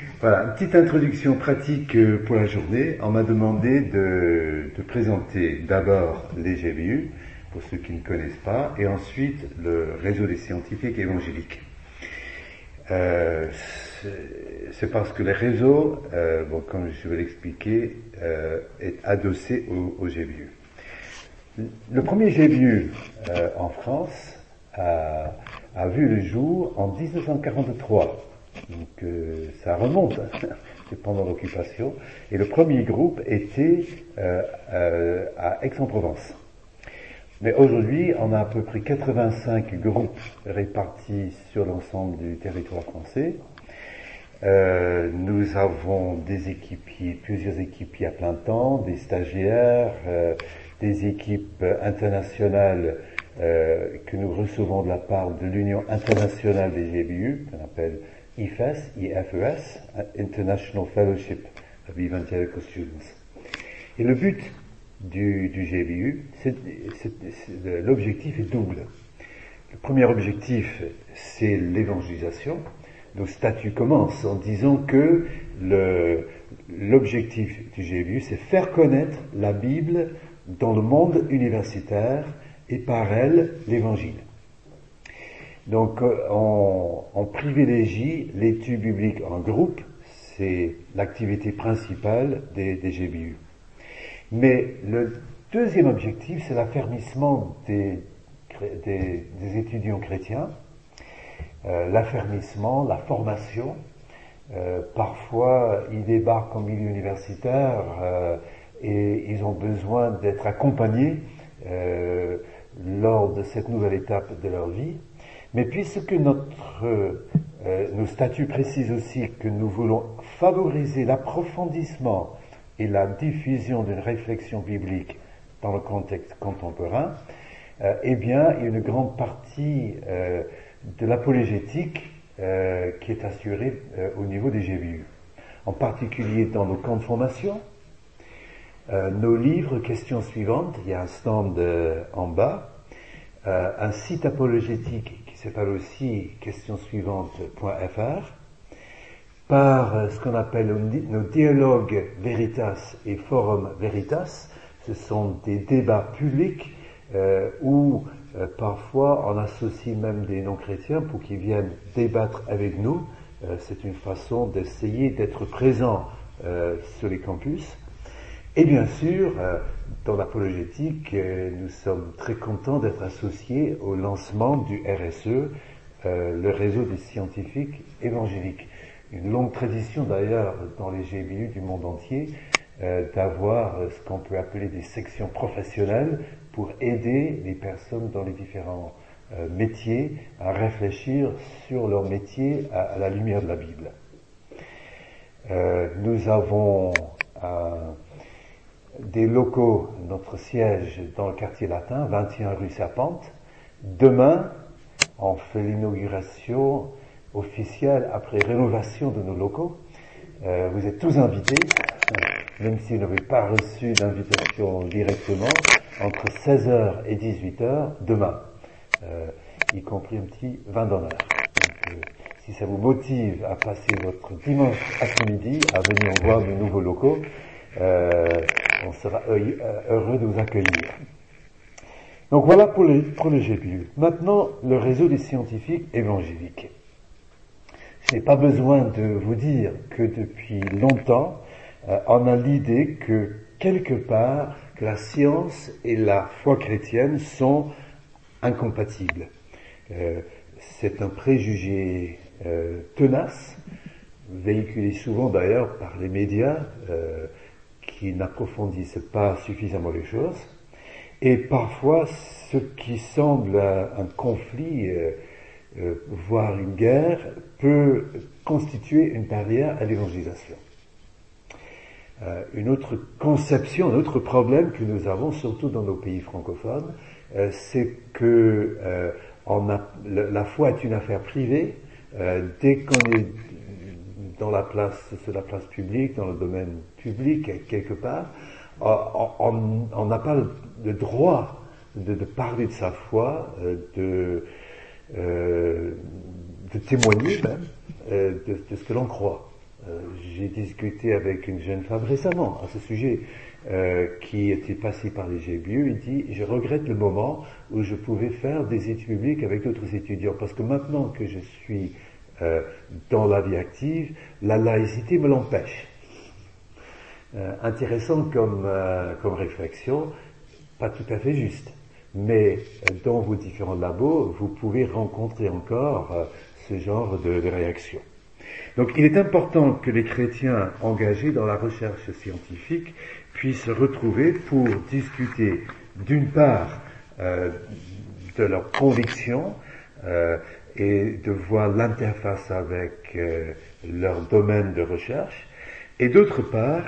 Voilà, une petite introduction pratique pour la journée. On m'a demandé de présenter d'abord les GBU, pour ceux qui ne connaissent pas, et ensuite le réseau des scientifiques évangéliques. C'est parce que le réseau, comme je vais l'expliquer, est adossé au GBU. Le premier GBU en France a vu le jour en 1943. Donc ça remonte, c'est pendant l'occupation. Et le premier groupe était à Aix-en-Provence. Mais aujourd'hui, on a à peu près 85 groupes répartis sur l'ensemble du territoire français. Nous avons des équipiers, plusieurs équipiers à plein temps, des stagiaires, des équipes internationales que nous recevons de la part de l'Union internationale des GBU, qu'on appelle IFES, International Fellowship of Evangelical Students. Et le but du GBU, l'objectif est double. Le premier objectif, c'est l'évangélisation. Nos statuts commencent en disant que l'objectif du GBU, c'est faire connaître la Bible dans le monde universitaire et par elle, l'Évangile. Donc, on privilégie l'étude biblique en groupe, c'est l'activité principale des GBU. Mais le deuxième objectif, c'est l'affermissement des étudiants chrétiens, l'affermissement, la formation. Parfois, ils débarquent en milieu universitaire et ils ont besoin d'être accompagnés lors de cette nouvelle étape de leur vie. Mais puisque nos statuts précisent aussi que nous voulons favoriser l'approfondissement et la diffusion d'une réflexion biblique dans le contexte contemporain, eh bien, il y a une grande partie de l'apologétique qui est assurée au niveau des GBU. En particulier dans nos camps de formation, nos livres, questions suivantes, il y a un stand en bas, un site apologétique qui s'appelle aussi questionssuivantes.fr, par ce qu'on appelle nos dialogues Veritas et Forum Veritas. Ce sont des débats publics où parfois on associe même des non-chrétiens pour qu'ils viennent débattre avec nous. C'est une façon d'essayer d'être présent sur les campus. Et bien sûr, dans l'apologétique, nous sommes très contents d'être associés au lancement du RSE, le réseau des scientifiques évangéliques. Une longue tradition d'ailleurs dans les GBU du monde entier d'avoir ce qu'on peut appeler des sections professionnelles pour aider les personnes dans les différents métiers à réfléchir sur leur métier à la lumière de la Bible. Nous avons des locaux, notre siège dans le quartier latin, 21 rue Serpente. Demain, on fait l'inauguration officielle après rénovation de nos locaux. Vous êtes tous invités, même si vous n'avez pas reçu d'invitation directement, entre 16h et 18h demain, y compris un petit vin d'honneur. Donc, si ça vous motive à passer votre dimanche après-midi à venir voir nos nouveaux locaux, on sera heureux de vous accueillir. Donc voilà pour le GBU. Maintenant, le réseau des scientifiques évangéliques. Je n'ai pas besoin de vous dire que depuis longtemps, on a l'idée que quelque part, que la science et la foi chrétienne sont incompatibles. C'est un préjugé tenace, véhiculé souvent d'ailleurs par les médias, qui n'approfondissent pas suffisamment les choses, et parfois ce qui semble un conflit, voire une guerre, peut constituer une barrière à l'évangélisation. Une autre conception, un autre problème que nous avons, surtout dans nos pays francophones, c'est que la foi est une affaire privée. Dès qu'on est dans la place, sur la place publique, dans le domaine public, quelque part, on n'a pas le droit de parler de sa foi, de témoigner même de ce que l'on croit. J'ai discuté avec une jeune femme récemment à ce sujet, qui était passée par les GBU. Il dit, je regrette le moment où je pouvais faire des études publiques avec d'autres étudiants, parce que maintenant que je suis dans la vie active, la laïcité me l'empêche. Intéressant comme réflexion, pas tout à fait juste. Mais dans vos différents labos, vous pouvez rencontrer encore ce genre de réaction. Donc il est important que les chrétiens engagés dans la recherche scientifique puissent se retrouver pour discuter d'une part de leurs convictions et de voir l'interface avec leur domaine de recherche, et d'autre part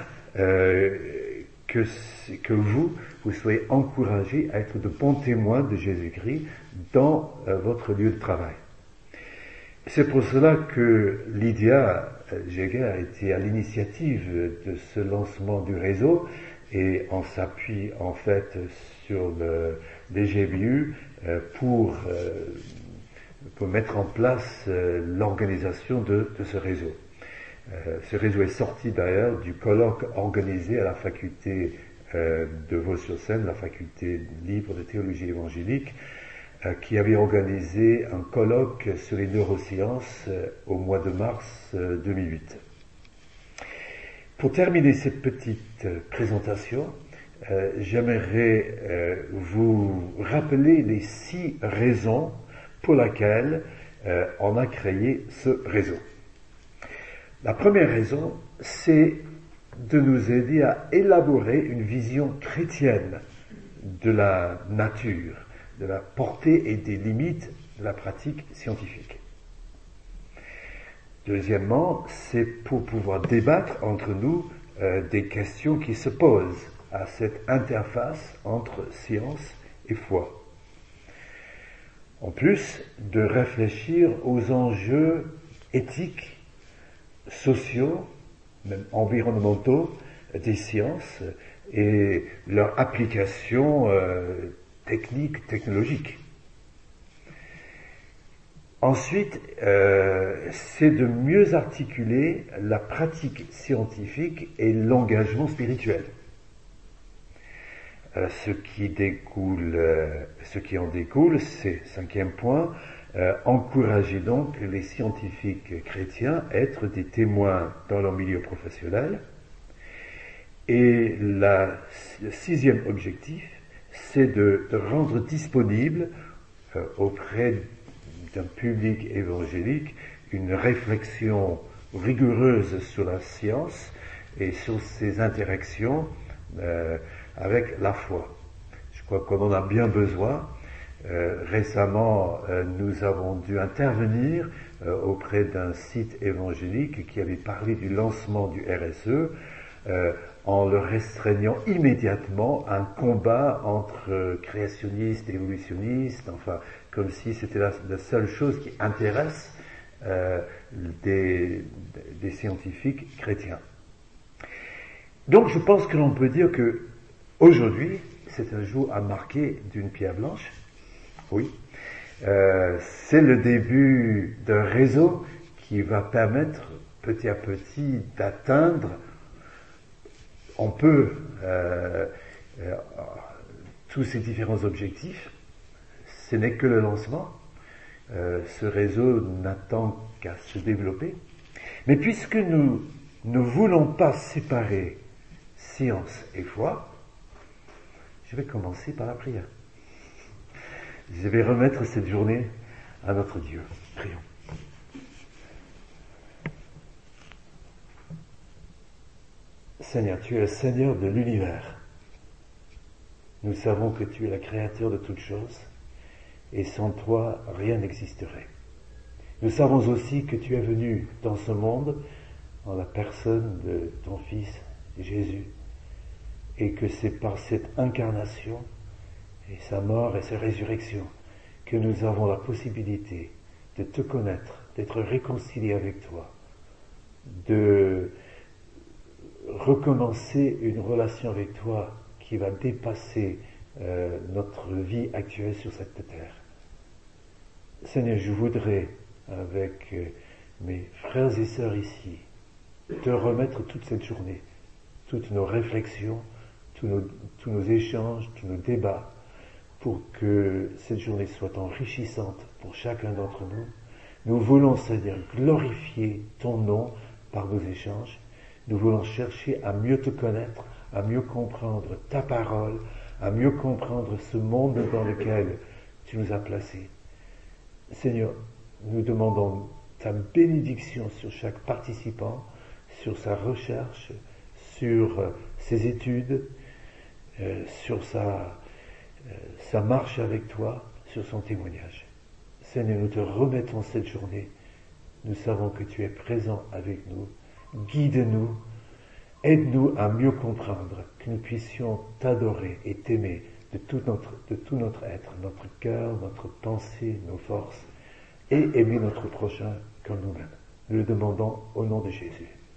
que vous soyez encouragés à être de bons témoins de Jésus-Christ dans votre lieu de travail. C'est pour cela que Lydia Jäger était à l'initiative de ce lancement du réseau, et on s'appuie en fait sur les GBU pour mettre en place l'organisation de ce réseau. Ce réseau est sorti d'ailleurs du colloque organisé à la faculté de Vaux-sur-Seine, la faculté libre de théologie évangélique, qui avait organisé un colloque sur les neurosciences au mois de mars 2008. Pour terminer cette petite présentation, j'aimerais vous rappeler les 6 raisons pour lesquelles on a créé ce réseau. La première raison, c'est de nous aider à élaborer une vision chrétienne de la nature, de la portée et des limites de la pratique scientifique. Deuxièmement, c'est pour pouvoir débattre entre nous des questions qui se posent à cette interface entre science et foi. En plus, de réfléchir aux enjeux éthiques, sociaux, même environnementaux des sciences et leur application technique, technologique. Ensuite, c'est de mieux articuler la pratique scientifique et l'engagement spirituel. Ce qui en découle, c'est, 5e point, encourager donc les scientifiques chrétiens à être des témoins dans leur milieu professionnel. Et le 6e objectif, c'est de rendre disponible auprès d'un public évangélique une réflexion rigoureuse sur la science et sur ses interactions avec la foi. Je crois qu'on en a bien besoin. Récemment, nous avons dû intervenir auprès d'un site évangélique qui avait parlé du lancement du RSE en le restreignant immédiatement à un combat entre créationnistes et évolutionnistes, enfin, comme si c'était la seule chose qui intéresse des scientifiques chrétiens. Donc je pense que l'on peut dire que aujourd'hui, c'est un jour à marquer d'une pierre blanche. Oui. C'est le début d'un réseau qui va permettre petit à petit d'atteindre, on peut, tous ces différents objectifs. Ce n'est que le lancement. Ce réseau n'attend qu'à se développer. Mais puisque nous ne voulons pas séparer science et foi, je vais commencer par la prière. Je vais remettre cette journée à notre Dieu. Prions. Seigneur, tu es le Seigneur de l'univers. Nous savons que tu es le Créateur de toutes choses, et sans toi, rien n'existerait. Nous savons aussi que tu es venu dans ce monde en la personne de ton Fils Jésus, et que c'est par cette incarnation et sa mort et sa résurrection que nous avons la possibilité de te connaître, d'être réconciliés avec toi, de recommencer une relation avec toi qui va dépasser notre vie actuelle sur cette terre. Seigneur, je voudrais, avec mes frères et sœurs ici, te remettre toute cette journée, toutes nos réflexions, tous nos échanges, tous nos débats, pour que cette journée soit enrichissante pour chacun d'entre nous. Nous voulons, c'est-à-dire glorifier ton nom par nos échanges. Nous voulons chercher à mieux te connaître, à mieux comprendre ta parole, à mieux comprendre ce monde dans lequel tu nous as placés. Seigneur, nous demandons ta bénédiction sur chaque participant, sur sa recherche, sur ses études, sur sa marche avec toi, sur son témoignage. Seigneur, nous te remettons cette journée. Nous savons que tu es présent avec nous. Guide-nous, aide-nous à mieux comprendre, que nous puissions t'adorer et t'aimer de tout notre être, notre cœur, notre pensée, nos forces, et aimer notre prochain comme nous-mêmes. Nous le demandons au nom de Jésus.